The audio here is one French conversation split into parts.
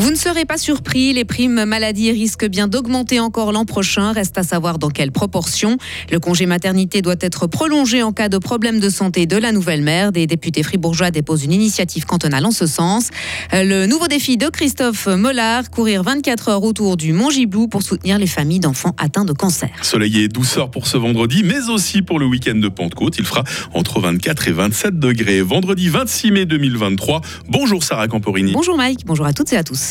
Vous ne serez pas surpris, les primes maladie risquent bien d'augmenter encore l'an prochain. Reste à savoir dans quelle proportion. Le congé maternité doit être prolongé en cas de problème de santé de la nouvelle mère. Des députés fribourgeois déposent une initiative cantonale en ce sens. Le nouveau défi de Christophe Mollard, courir 24 heures autour du Mont Giblou pour soutenir les familles d'enfants atteints de cancer. Soleil et douceur pour ce vendredi, mais aussi pour le week-end de Pentecôte. Il fera entre 24 et 27 degrés. Vendredi 26 mai 2023. Bonjour Sarah Camporini. Bonjour Mike, bonjour à toutes et à tous.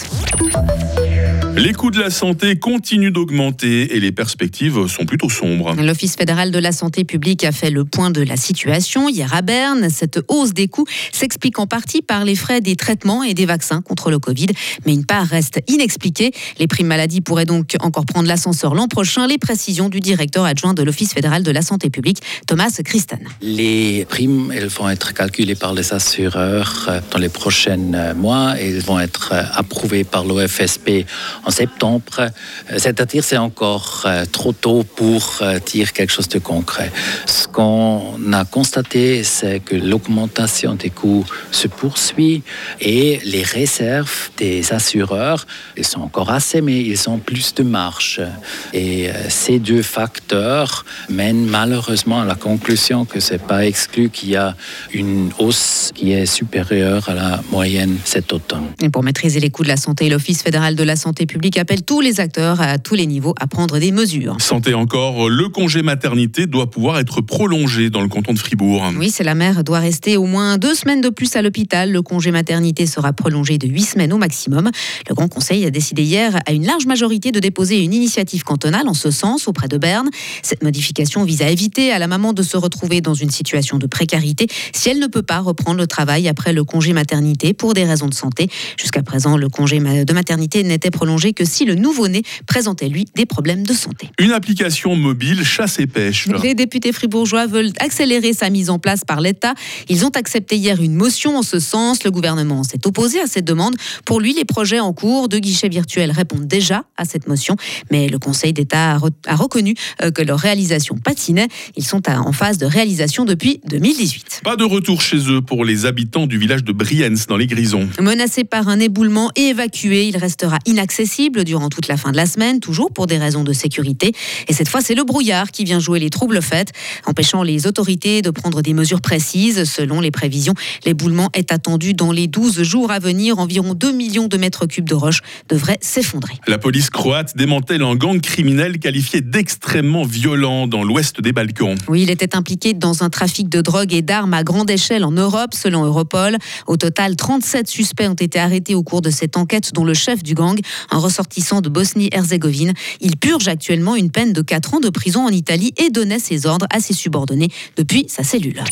Les coûts de la santé continuent d'augmenter et les perspectives sont plutôt sombres. L'Office fédéral de la santé publique a fait le point de la situation hier à Berne. Cette hausse des coûts s'explique en partie par les frais des traitements et des vaccins contre le Covid, mais une part reste inexpliquée. Les primes maladie pourraient donc encore prendre l'ascenseur l'an prochain. Les précisions du directeur adjoint de l'Office fédéral de la santé publique, Thomas Christen. Les primes, elles vont être calculées par les assureurs dans les prochains mois et elles vont être approuvées par l'OFSP en septembre, c'est-à-dire c'est encore trop tôt pour dire quelque chose de concret. Ce qu'on a constaté, c'est que l'augmentation des coûts se poursuit et les réserves des assureurs, elles sont encore assez, mais ils ont plus de marge. Et ces deux facteurs mènent malheureusement à la conclusion que c'est pas exclu qu'il y a une hausse qui est supérieure à la moyenne cet automne. Et pour maîtriser les coûts de la santé, l'Office fédéral de la santé public appelle tous les acteurs à tous les niveaux à prendre des mesures. Santé encore, le congé maternité doit pouvoir être prolongé dans le canton de Fribourg. Oui, c'est la mère doit rester au moins 2 semaines de plus à l'hôpital. Le congé maternité sera prolongé de 8 semaines au maximum. Le Grand Conseil a décidé hier à une large majorité de déposer une initiative cantonale en ce sens auprès de Berne. Cette modification vise à éviter à la maman de se retrouver dans une situation de précarité si elle ne peut pas reprendre le travail après le congé maternité pour des raisons de santé. Jusqu'à présent, le congé de maternité n'était prolongé que si le nouveau-né présentait, lui, des problèmes de santé. Une application mobile chasse et pêche. Les députés fribourgeois veulent accélérer sa mise en place par l'État. Ils ont accepté hier une motion en ce sens. Le gouvernement s'est opposé à cette demande. Pour lui, les projets en cours de guichets virtuels répondent déjà à cette motion. Mais le Conseil d'État a reconnu que leur réalisation patinait. Ils sont en phase de réalisation depuis 2018. Pas de retour chez eux pour les habitants du village de Brienz dans les Grisons. Menacé par un éboulement et évacué, il restera inaccessible durant toute la fin de la semaine, toujours pour des raisons de sécurité. Et cette fois, c'est le brouillard qui vient jouer les troubles faits, empêchant les autorités de prendre des mesures précises. Selon les prévisions, l'éboulement est attendu dans les 12 jours à venir. Environ 2 millions de mètres cubes de roches devraient s'effondrer. La police croate démantèle un gang criminel qualifié d'extrêmement violent dans l'ouest des Balkans. Oui, il était impliqué dans un trafic de drogue et d'armes à grande échelle en Europe, selon Europol. Au total, 37 suspects ont été arrêtés au cours de cette enquête, dont le chef du gang, un ressortissant de Bosnie-Herzégovine. Il purge actuellement une peine de 4 ans de prison en Italie et donnait ses ordres à ses subordonnés depuis sa cellule.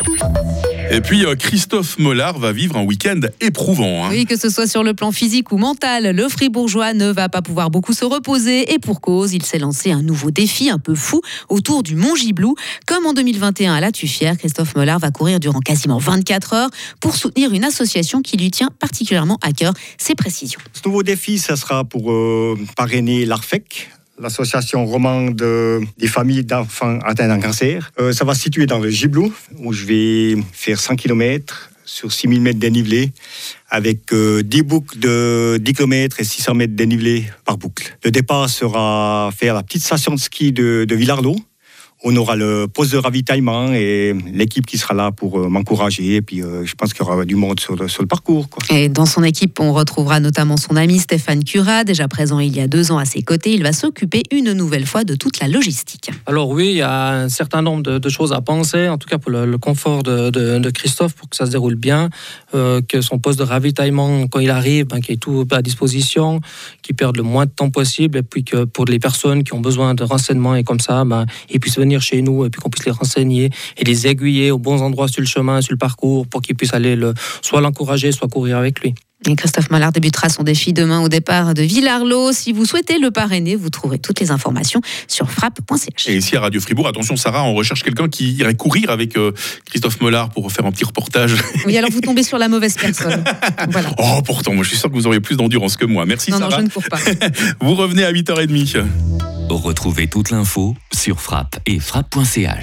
Et puis Christophe Mollard va vivre un week-end éprouvant. Oui, que ce soit sur le plan physique ou mental, le Fribourgeois ne va pas pouvoir beaucoup se reposer et pour cause, il s'est lancé un nouveau défi un peu fou autour du Mont Giblou. Comme en 2021 à la Tuffière, Christophe Mollard va courir durant quasiment 24 heures pour soutenir une association qui lui tient particulièrement à cœur. Ses précisions. Ce nouveau défi, ça sera pour parrainer l'ARFEC, l'association romande des familles d'enfants atteints d'un cancer. Ça va se situer dans le Giblou, où je vais faire 100 km sur 6000 mètres dénivelés, avec 10 boucles de 10 km et 600 mètres dénivelés par boucle. Le départ sera faire la petite station de ski de Villarlot. On aura le poste de ravitaillement et l'équipe qui sera là pour m'encourager. Et puis, je pense qu'il y aura du monde sur le parcours, quoi. Et dans son équipe, on retrouvera notamment son ami Stéphane Curat, déjà présent il y a 2 ans à ses côtés. Il va s'occuper une nouvelle fois de toute la logistique. Alors oui, il y a un certain nombre de choses à penser, en tout cas pour le confort de Christophe, pour que ça se déroule bien, que son poste de ravitaillement, quand il arrive, qu'il ait tout à disposition, qu'il perde le moins de temps possible, et puis que pour les personnes qui ont besoin de renseignements et comme ça, ils puissent venir chez nous et puis qu'on puisse les renseigner et les aiguiller aux bons endroits sur le chemin, sur le parcours, pour qu'ils puissent aller soit l'encourager, soit courir avec lui. Et Christophe Mollard débutera son défi demain au départ de Villarlot. Si vous souhaitez le parrainer, vous trouverez toutes les informations sur frappe.ch. Et ici à Radio Fribourg, attention Sarah, on recherche quelqu'un qui irait courir avec Christophe Mollard pour faire un petit reportage. Oui, alors vous tombez sur la mauvaise personne. Voilà. Oh, pourtant, moi je suis sûr que vous auriez plus d'endurance que moi. Merci Sarah. Non, je ne cours pas. Vous revenez à 8h30. Retrouvez toute l'info sur Frappe et frappe.ch.